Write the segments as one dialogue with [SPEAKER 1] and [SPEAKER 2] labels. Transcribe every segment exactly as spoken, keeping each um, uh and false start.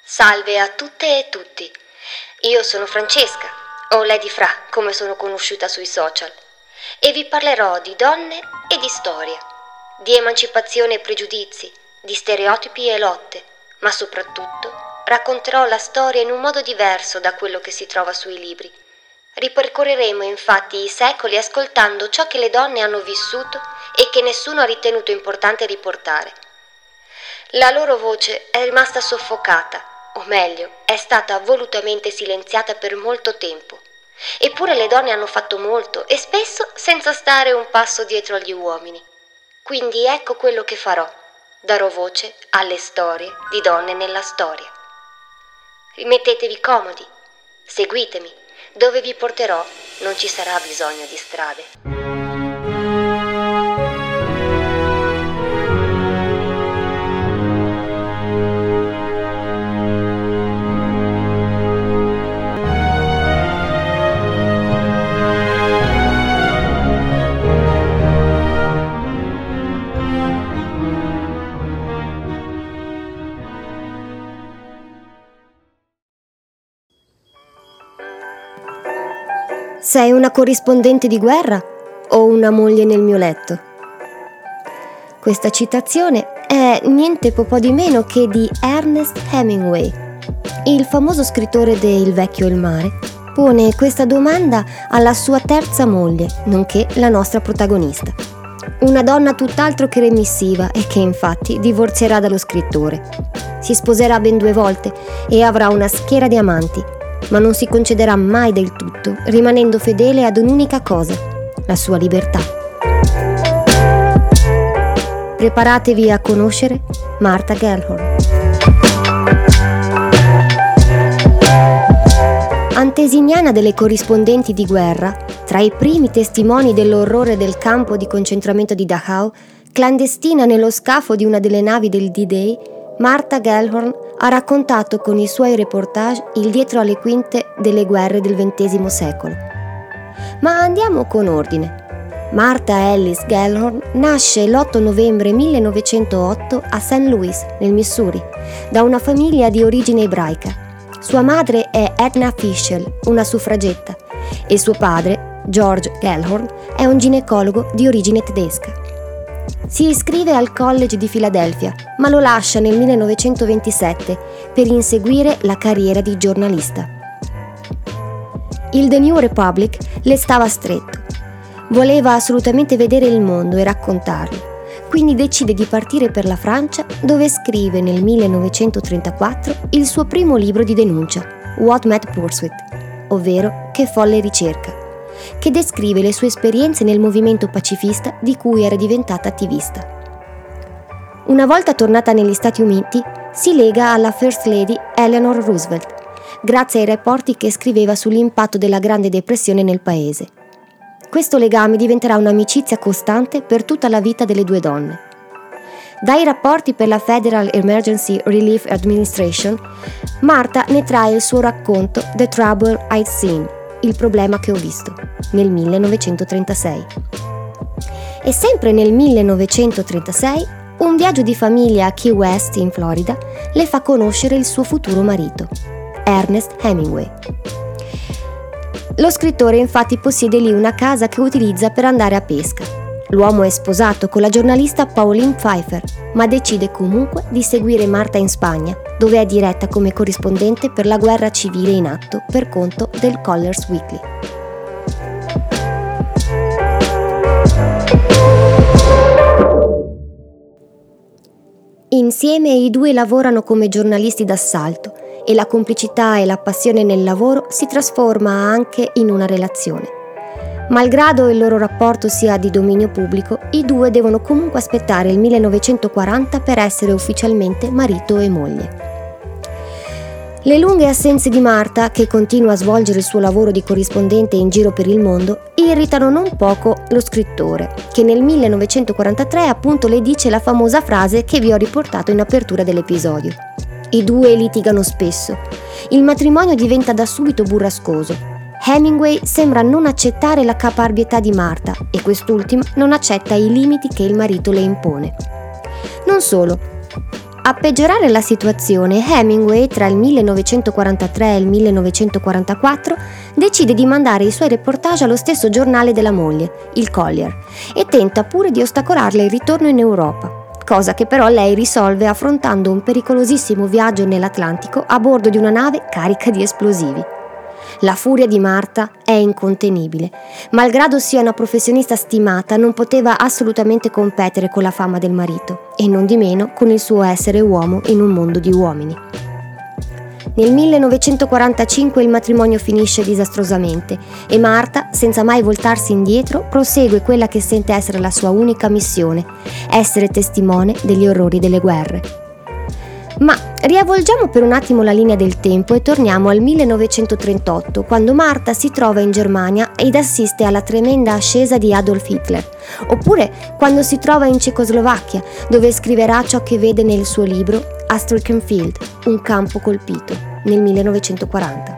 [SPEAKER 1] Salve a tutte e tutti. Io sono Francesca, o Lady Fra, come sono conosciuta sui social, e vi parlerò di donne e di storia, di emancipazione e pregiudizi, di stereotipi e lotte, ma soprattutto racconterò la storia in un modo diverso da quello che si trova sui libri. Ripercorreremo infatti i secoli ascoltando ciò che le donne hanno vissuto e che nessuno ha ritenuto importante riportare. La loro voce è rimasta soffocata, o meglio, è stata volutamente silenziata per molto tempo. Eppure le donne hanno fatto molto e spesso senza stare un passo dietro agli uomini. Quindi ecco quello che farò: darò voce alle storie di donne nella storia. Rimettetevi comodi, seguitemi, dove vi porterò non ci sarà bisogno di strade.
[SPEAKER 2] Sei una corrispondente di guerra o una moglie nel mio letto? Questa citazione è niente po' di meno che di Ernest Hemingway. Il famoso scrittore de Il vecchio e il mare pone questa domanda alla sua terza moglie, nonché la nostra protagonista. Una donna tutt'altro che remissiva e che infatti divorzierà dallo scrittore. Si sposerà ben due volte e avrà una schiera di amanti, ma non si concederà mai del tutto, rimanendo fedele ad un'unica cosa: la sua libertà. Preparatevi a conoscere Martha Gellhorn. Antesignana delle corrispondenti di guerra, tra i primi testimoni dell'orrore del campo di concentramento di Dachau, clandestina nello scafo di una delle navi del D-Day, Martha Gellhorn ha raccontato con i suoi reportage il dietro alle quinte delle guerre del ventesimo secolo. Ma andiamo con ordine. Martha Alice Gellhorn nasce l'otto novembre millenovecentootto a Saint Louis, nel Missouri, da una famiglia di origine ebraica. Sua madre è Edna Fischel, una suffragetta, e suo padre, George Gellhorn, è un ginecologo di origine tedesca. Si iscrive al College di Filadelfia, ma lo lascia nel millenovecentoventisette per inseguire la carriera di giornalista. Il The New Republic le stava stretto. Voleva assolutamente vedere il mondo e raccontarlo, quindi decide di partire per la Francia, dove scrive nel millenovecentotrentaquattro il suo primo libro di denuncia, What Mad Pursuit, ovvero Che folle ricerca, che descrive le sue esperienze nel movimento pacifista di cui era diventata attivista. Una volta tornata negli Stati Uniti, si lega alla First Lady Eleanor Roosevelt, grazie ai rapporti che scriveva sull'impatto della Grande Depressione nel paese. Questo legame diventerà un'amicizia costante per tutta la vita delle due donne. Dai rapporti per la Federal Emergency Relief Administration, Martha ne trae il suo racconto The Trouble I'd Seen, il problema che ho visto, nel millenovecentotrentasei. E sempre nel millenovecentotrentasei, un viaggio di famiglia a Key West, in Florida, le fa conoscere il suo futuro marito, Ernest Hemingway. Lo scrittore infatti possiede lì una casa che utilizza per andare a pesca. L'uomo è sposato con la giornalista Pauline Pfeiffer, ma decide comunque di seguire Martha in Spagna, dove è diretta come corrispondente per la guerra civile in atto per conto del Colliers Weekly. Insieme i due lavorano come giornalisti d'assalto e la complicità e la passione nel lavoro si trasforma anche in una relazione. Malgrado il loro rapporto sia di dominio pubblico, i due devono comunque aspettare il millenovecentoquaranta per essere ufficialmente marito e moglie. Le lunghe assenze di Martha, che continua a svolgere il suo lavoro di corrispondente in giro per il mondo, irritano non poco lo scrittore, che nel millenovecentoquarantatré appunto le dice la famosa frase che vi ho riportato in apertura dell'episodio. I due litigano spesso. Il matrimonio diventa da subito burrascoso. Hemingway sembra non accettare la caparbietà di Martha e quest'ultima non accetta i limiti che il marito le impone. Non solo. A peggiorare la situazione, Hemingway, tra il millenovecentoquarantatré e il millenovecentoquarantaquattro, decide di mandare i suoi reportage allo stesso giornale della moglie, il Collier, e tenta pure di ostacolarle il ritorno in Europa, cosa che però lei risolve affrontando un pericolosissimo viaggio nell'Atlantico a bordo di una nave carica di esplosivi. La furia di Martha è incontenibile. Malgrado sia una professionista stimata, non poteva assolutamente competere con la fama del marito e non di meno con il suo essere uomo in un mondo di uomini. Nel millenovecentoquarantacinque il matrimonio finisce disastrosamente e Martha, senza mai voltarsi indietro, prosegue quella che sente essere la sua unica missione: essere testimone degli orrori delle guerre. Ma riavvolgiamo per un attimo la linea del tempo e torniamo al millenovecentotrentotto, quando Martha si trova in Germania ed assiste alla tremenda ascesa di Adolf Hitler, oppure quando si trova in Cecoslovacchia, dove scriverà ciò che vede nel suo libro Astrakhanfeld, un campo colpito, nel millenovecentoquaranta.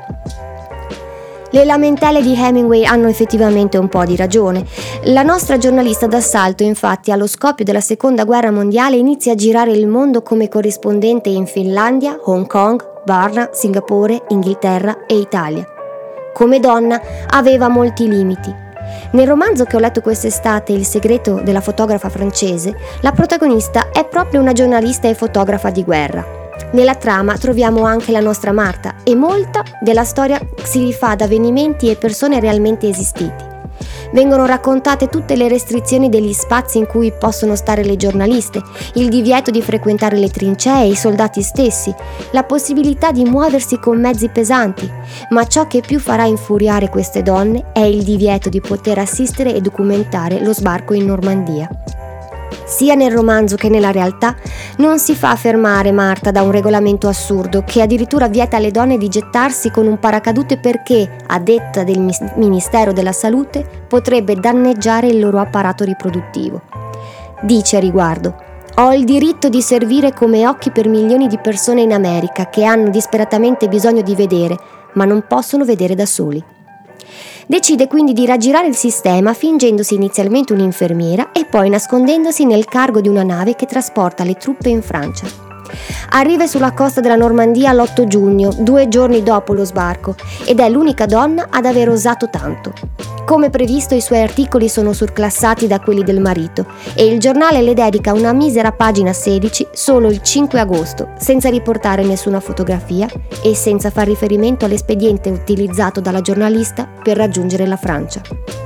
[SPEAKER 2] Le lamentele di Hemingway hanno effettivamente un po' di ragione. La nostra giornalista d'assalto, infatti, allo scoppio della seconda guerra mondiale inizia a girare il mondo come corrispondente in Finlandia, Hong Kong, Varna, Singapore, Inghilterra e Italia. Come donna aveva molti limiti. Nel romanzo che ho letto quest'estate, Il segreto della fotografa francese, la protagonista è proprio una giornalista e fotografa di guerra. Nella trama troviamo anche la nostra Martha e molta della storia si rifà ad avvenimenti e persone realmente esistiti. Vengono raccontate tutte le restrizioni degli spazi in cui possono stare le giornaliste, il divieto di frequentare le trincee e i soldati stessi, la possibilità di muoversi con mezzi pesanti, ma ciò che più farà infuriare queste donne è il divieto di poter assistere e documentare lo sbarco in Normandia. Sia nel romanzo che nella realtà non si fa fermare Martha da un regolamento assurdo che addirittura vieta alle donne di gettarsi con un paracadute perché, a detta del Ministero della Salute, potrebbe danneggiare il loro apparato riproduttivo. Dice a riguardo: «Ho il diritto di servire come occhi per milioni di persone in America che hanno disperatamente bisogno di vedere, ma non possono vedere da soli». Decide quindi di raggirare il sistema fingendosi inizialmente un'infermiera e poi nascondendosi nel cargo di una nave che trasporta le truppe in Francia. Arriva sulla costa della Normandia l'otto giugno, due giorni dopo lo sbarco, ed è l'unica donna ad aver osato tanto. Come previsto, i suoi articoli sono surclassati da quelli del marito e il giornale le dedica una misera pagina sedici solo il cinque agosto, senza riportare nessuna fotografia e senza far riferimento all'espediente utilizzato dalla giornalista per raggiungere la Francia.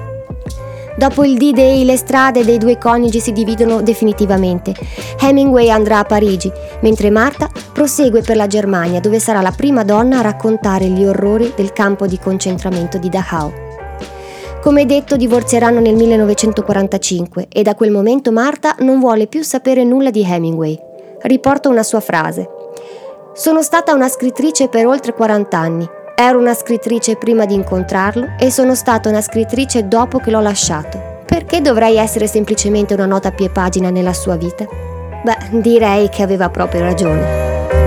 [SPEAKER 2] Dopo il D-Day le strade dei due coniugi si dividono definitivamente. Hemingway andrà a Parigi, mentre Martha prosegue per la Germania, dove sarà la prima donna a raccontare gli orrori del campo di concentramento di Dachau. Come detto, divorzieranno nel millenovecentoquarantacinque e da quel momento Martha non vuole più sapere nulla di Hemingway. Riporto una sua frase: «Sono stata una scrittrice per oltre quaranta anni. Ero una scrittrice prima di incontrarlo e sono stata una scrittrice dopo che l'ho lasciato. Perché dovrei essere semplicemente una nota a pie pagina nella sua vita?» Beh, direi che aveva proprio ragione.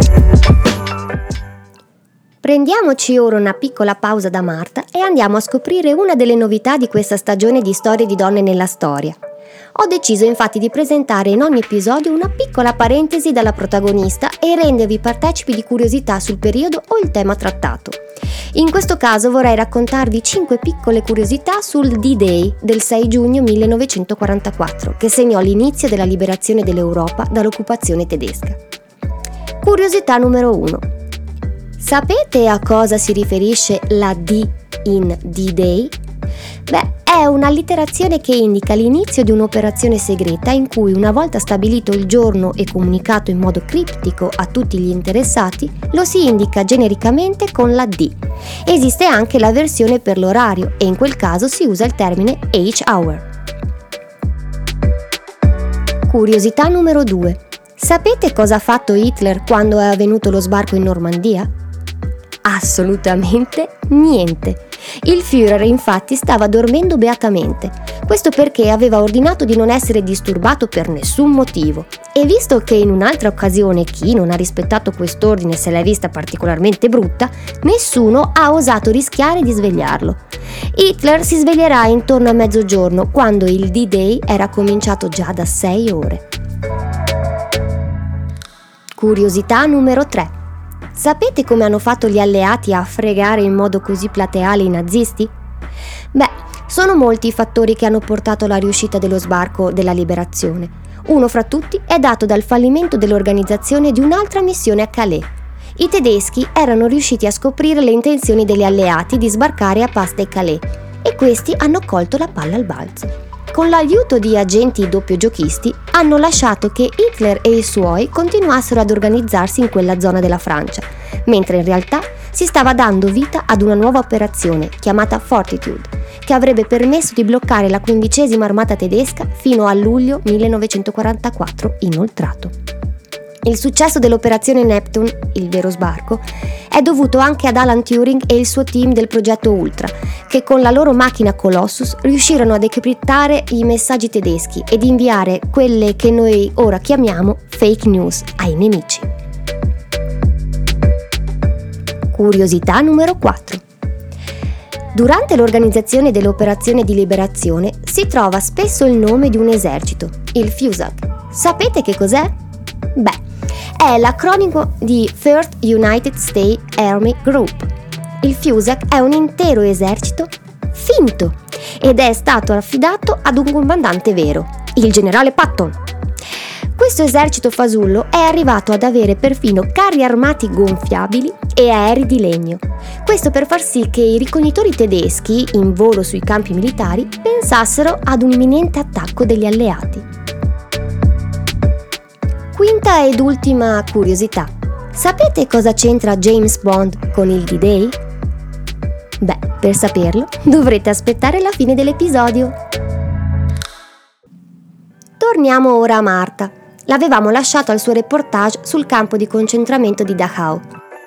[SPEAKER 2] Prendiamoci ora una piccola pausa da Martha e andiamo a scoprire una delle novità di questa stagione di Storie di donne nella storia. Ho deciso infatti di presentare in ogni episodio una piccola parentesi dalla protagonista e rendervi partecipi di curiosità sul periodo o il tema trattato. In questo caso vorrei raccontarvi cinque piccole curiosità sul D-Day del sei giugno millenovecentoquarantaquattro, che segnò l'inizio della liberazione dell'Europa dall'occupazione tedesca. Curiosità numero uno. Sapete a cosa si riferisce la D in D-Day? Beh, è un'allitterazione che indica l'inizio di un'operazione segreta in cui, una volta stabilito il giorno e comunicato in modo criptico a tutti gli interessati, lo si indica genericamente con la D. Esiste anche la versione per l'orario e in quel caso si usa il termine H-hour. Curiosità numero due. Sapete cosa ha fatto Hitler quando è avvenuto lo sbarco in Normandia? Assolutamente niente. Il Führer infatti stava dormendo beatamente, questo perché aveva ordinato di non essere disturbato per nessun motivo e visto che in un'altra occasione chi non ha rispettato quest'ordine se l'è vista particolarmente brutta, nessuno ha osato rischiare di svegliarlo. Hitler si sveglierà intorno a mezzogiorno quando il D-Day era cominciato già da sei ore. Curiosità numero tre. Sapete come hanno fatto gli alleati a fregare in modo così plateale i nazisti? Beh, sono molti i fattori che hanno portato alla riuscita dello sbarco della liberazione. Uno fra tutti è dato dal fallimento dell'organizzazione di un'altra missione a Calais. I tedeschi erano riusciti a scoprire le intenzioni degli alleati di sbarcare a Pas-de-Calais e questi hanno colto la palla al balzo. Con l'aiuto di agenti doppiogiochisti hanno lasciato che Hitler e i suoi continuassero ad organizzarsi in quella zona della Francia, mentre in realtà si stava dando vita ad una nuova operazione chiamata Fortitude, che avrebbe permesso di bloccare la quindicesima armata tedesca fino a luglio millenovecentoquarantaquattro inoltrato. Il successo dell'operazione Neptune, il vero sbarco, è dovuto anche ad Alan Turing e il suo team del progetto Ultra, che con la loro macchina Colossus riuscirono a decriptare i messaggi tedeschi ed inviare quelle che noi ora chiamiamo fake news ai nemici. Curiosità numero quattro. Durante l'organizzazione dell'operazione di liberazione si trova spesso il nome di un esercito, il FUSAC. Sapete che cos'è? Beh, è l'acronimo di First United States Army Group. Il FUSAC è un intero esercito finto ed è stato affidato ad un comandante vero, il generale Patton. Questo esercito fasullo è arrivato ad avere perfino carri armati gonfiabili e aerei di legno. Questo per far sì che i ricognitori tedeschi, in volo sui campi militari, pensassero ad un imminente attacco degli alleati. Quinta ed ultima curiosità. Sapete cosa c'entra James Bond con il D-Day? Beh, per saperlo dovrete aspettare la fine dell'episodio. Torniamo ora a Marta. L'avevamo lasciato al suo reportage sul campo di concentramento di Dachau.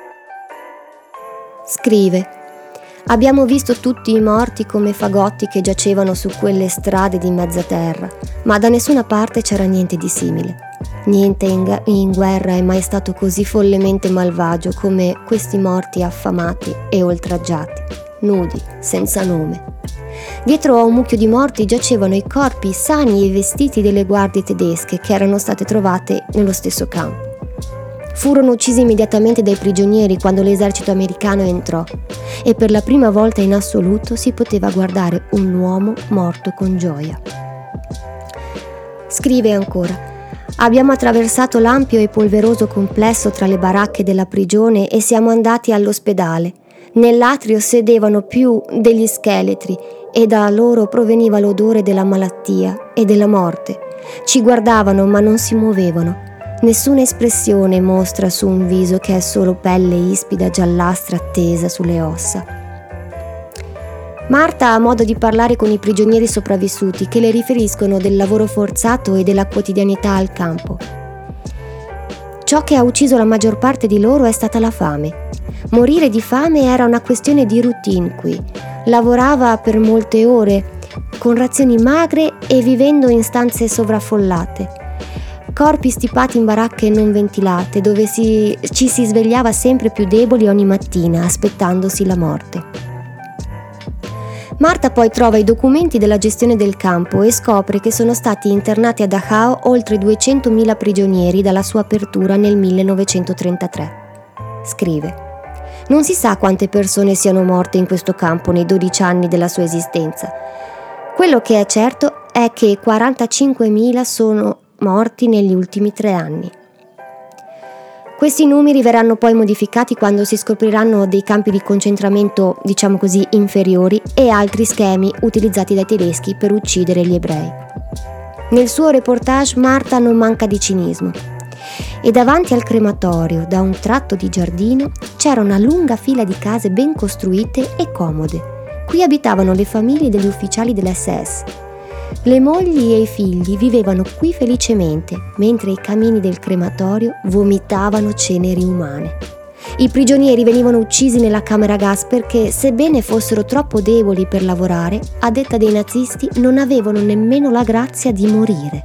[SPEAKER 2] Scrive: abbiamo visto tutti i morti come fagotti che giacevano su quelle strade di mezza terra, ma da nessuna parte c'era niente di simile. Niente in, in guerra è mai stato così follemente malvagio come questi morti affamati e oltraggiati, nudi, senza nome. Dietro a un mucchio di morti giacevano i corpi sani e vestiti delle guardie tedesche che erano state trovate nello stesso campo. Furono uccisi immediatamente dai prigionieri quando l'esercito americano entrò e per la prima volta in assoluto si poteva guardare un uomo morto con gioia. Scrive ancora: abbiamo attraversato l'ampio e polveroso complesso tra le baracche della prigione e siamo andati all'ospedale. Nell'atrio sedevano più degli scheletri e da loro proveniva l'odore della malattia e della morte. Ci guardavano ma non si muovevano. Nessuna espressione mostra su un viso che è solo pelle ispida giallastra tesa sulle ossa. Marta ha modo di parlare con i prigionieri sopravvissuti che le riferiscono del lavoro forzato e della quotidianità al campo. Ciò che ha ucciso la maggior parte di loro è stata la fame. Morire di fame era una questione di routine qui. Lavorava per molte ore, con razioni magre e vivendo in stanze sovraffollate. Corpi stipati in baracche non ventilate, dove si, ci si svegliava sempre più deboli ogni mattina, aspettandosi la morte. Marta poi trova i documenti della gestione del campo e scopre che sono stati internati a Dachau oltre duecentomila prigionieri dalla sua apertura nel millenovecentotrentatré. Scrive: non si sa quante persone siano morte in questo campo nei dodici anni della sua esistenza. Quello che è certo è che quarantacinquemila sono morti negli ultimi tre anni. Questi numeri verranno poi modificati quando si scopriranno dei campi di concentramento, diciamo così, inferiori e altri schemi utilizzati dai tedeschi per uccidere gli ebrei. Nel suo reportage Marta non manca di cinismo. E davanti al crematorio, da un tratto di giardino, c'era una lunga fila di case ben costruite e comode. Qui abitavano le famiglie degli ufficiali dell'esse esse. Le mogli e i figli vivevano qui felicemente, mentre i camini del crematorio vomitavano ceneri umane. I prigionieri venivano uccisi nella camera a gas perché, sebbene fossero troppo deboli per lavorare, a detta dei nazisti non avevano nemmeno la grazia di morire.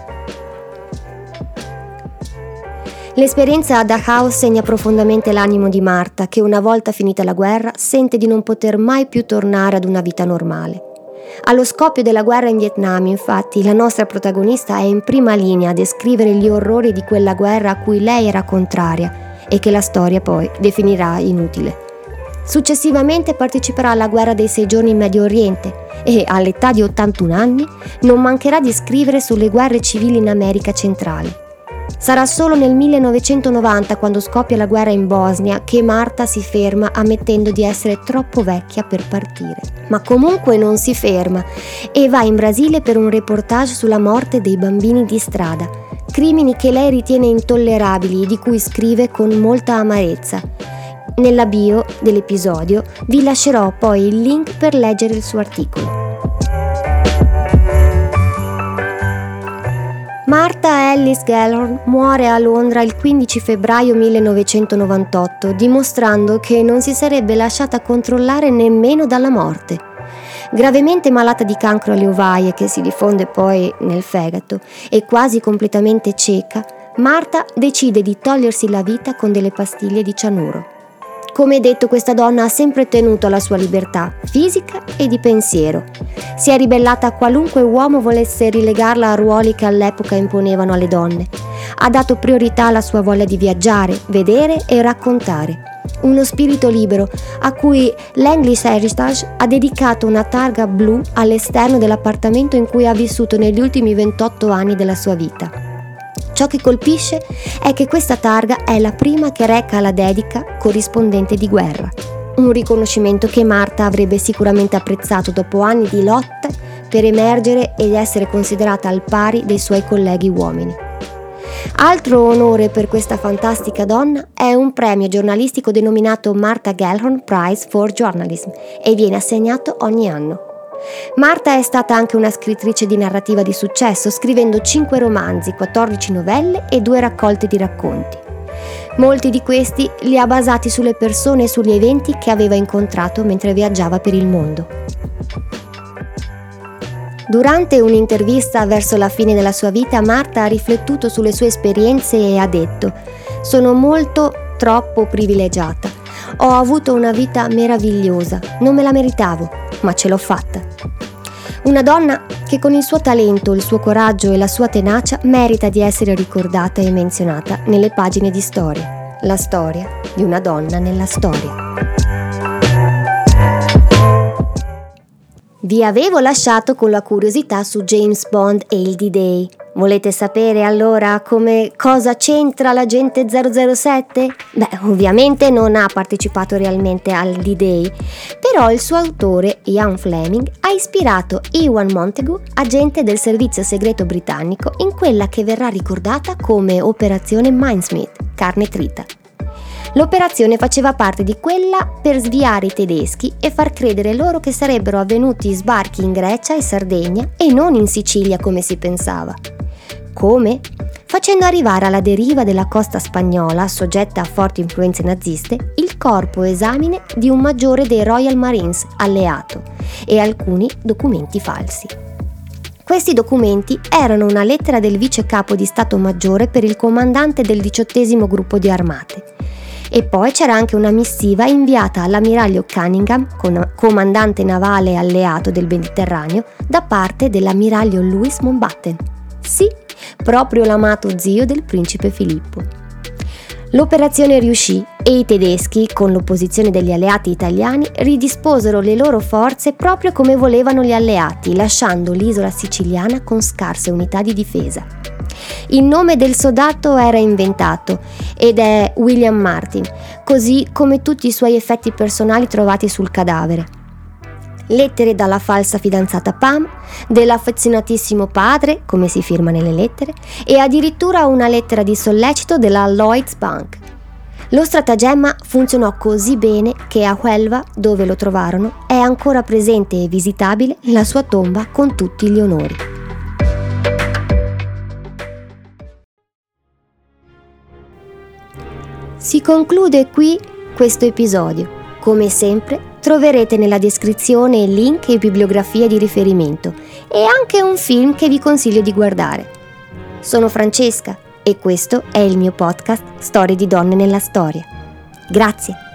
[SPEAKER 2] L'esperienza a Dachau segna profondamente l'animo di Marta, che una volta finita la guerra sente di non poter mai più tornare ad una vita normale. Allo scoppio della guerra in Vietnam, infatti, la nostra protagonista è in prima linea a descrivere gli orrori di quella guerra a cui lei era contraria e che la storia poi definirà inutile. Successivamente parteciperà alla guerra dei sei giorni in Medio Oriente e, all'età di ottantuno anni, non mancherà di scrivere sulle guerre civili in America centrale. Sarà solo nel millenovecentonovanta, quando scoppia la guerra in Bosnia, che Marta si ferma ammettendo di essere troppo vecchia per partire. Ma comunque non si ferma e va in Brasile per un reportage sulla morte dei bambini di strada, crimini che lei ritiene intollerabili e di cui scrive con molta amarezza. Nella bio dell'episodio vi lascerò poi il link per leggere il suo articolo. Martha Ellis Gellhorn muore a Londra il quindici febbraio millenovecentonovantotto, dimostrando che non si sarebbe lasciata controllare nemmeno dalla morte. Gravemente malata di cancro alle ovaie, che si diffonde poi nel fegato, e quasi completamente cieca, Martha decide di togliersi la vita con delle pastiglie di cianuro. Come detto, questa donna ha sempre tenuto alla sua libertà fisica e di pensiero. Si è ribellata a qualunque uomo volesse rilegarla a ruoli che all'epoca imponevano alle donne. Ha dato priorità alla sua voglia di viaggiare, vedere e raccontare. Uno spirito libero a cui l'English Heritage ha dedicato una targa blu all'esterno dell'appartamento in cui ha vissuto negli ultimi ventotto anni della sua vita. Ciò che colpisce è che questa targa è la prima che reca la dedica corrispondente di guerra, un riconoscimento che Marta avrebbe sicuramente apprezzato dopo anni di lotte per emergere ed essere considerata al pari dei suoi colleghi uomini. Altro onore per questa fantastica donna è un premio giornalistico denominato Martha Gellhorn Prize for Journalism e viene assegnato ogni anno. Marta è stata anche una scrittrice di narrativa di successo, scrivendo cinque romanzi, quattordici novelle e due raccolte di racconti. Molti di questi li ha basati sulle persone e sugli eventi che aveva incontrato mentre viaggiava per il mondo. Durante un'intervista verso la fine della sua vita, Marta ha riflettuto sulle sue esperienze e ha detto: «Sono molto, troppo privilegiata. Ho avuto una vita meravigliosa, non me la meritavo, ma ce l'ho fatta». Una donna che con il suo talento, il suo coraggio e la sua tenacia merita di essere ricordata e menzionata nelle pagine di storia. La storia di una donna nella storia. Vi avevo lasciato con la curiosità su James Bond e il D-Day. Volete sapere allora come cosa c'entra l'agente zero zero sette? Beh, ovviamente non ha partecipato realmente al D-Day, però il suo autore, Ian Fleming, ha ispirato Ewan Montagu, agente del servizio segreto britannico, in quella che verrà ricordata come Operazione Mincemeat, carne trita. L'operazione faceva parte di quella per sviare i tedeschi e far credere loro che sarebbero avvenuti sbarchi in Grecia e Sardegna e non in Sicilia come si pensava. Come? Facendo arrivare alla deriva della costa spagnola, soggetta a forti influenze naziste, il corpo esamine di un maggiore dei Royal Marines alleato e alcuni documenti falsi. Questi documenti erano una lettera del vice capo di Stato Maggiore per il comandante del diciottesimo gruppo di armate. E poi c'era anche una missiva inviata all'ammiraglio Cunningham, comandante navale alleato del Mediterraneo, da parte dell'ammiraglio Louis Mountbatten. Sì, proprio l'amato zio del principe Filippo. L'operazione riuscì e i tedeschi, con l'opposizione degli alleati italiani, ridisposero le loro forze proprio come volevano gli alleati, lasciando l'isola siciliana con scarse unità di difesa. Il nome del soldato era inventato ed è William Martin, così come tutti i suoi effetti personali trovati sul cadavere. Lettere dalla falsa fidanzata Pam, dell'affezionatissimo padre, come si firma nelle lettere, e addirittura una lettera di sollecito della Lloyds Bank. Lo stratagemma funzionò così bene che a Huelva, dove lo trovarono, è ancora presente e visitabile la sua tomba con tutti gli onori. Si conclude qui questo episodio. Come sempre, troverete nella descrizione link e bibliografia di riferimento e anche un film che vi consiglio di guardare. Sono Francesca e questo è il mio podcast Storie di donne nella storia. Grazie.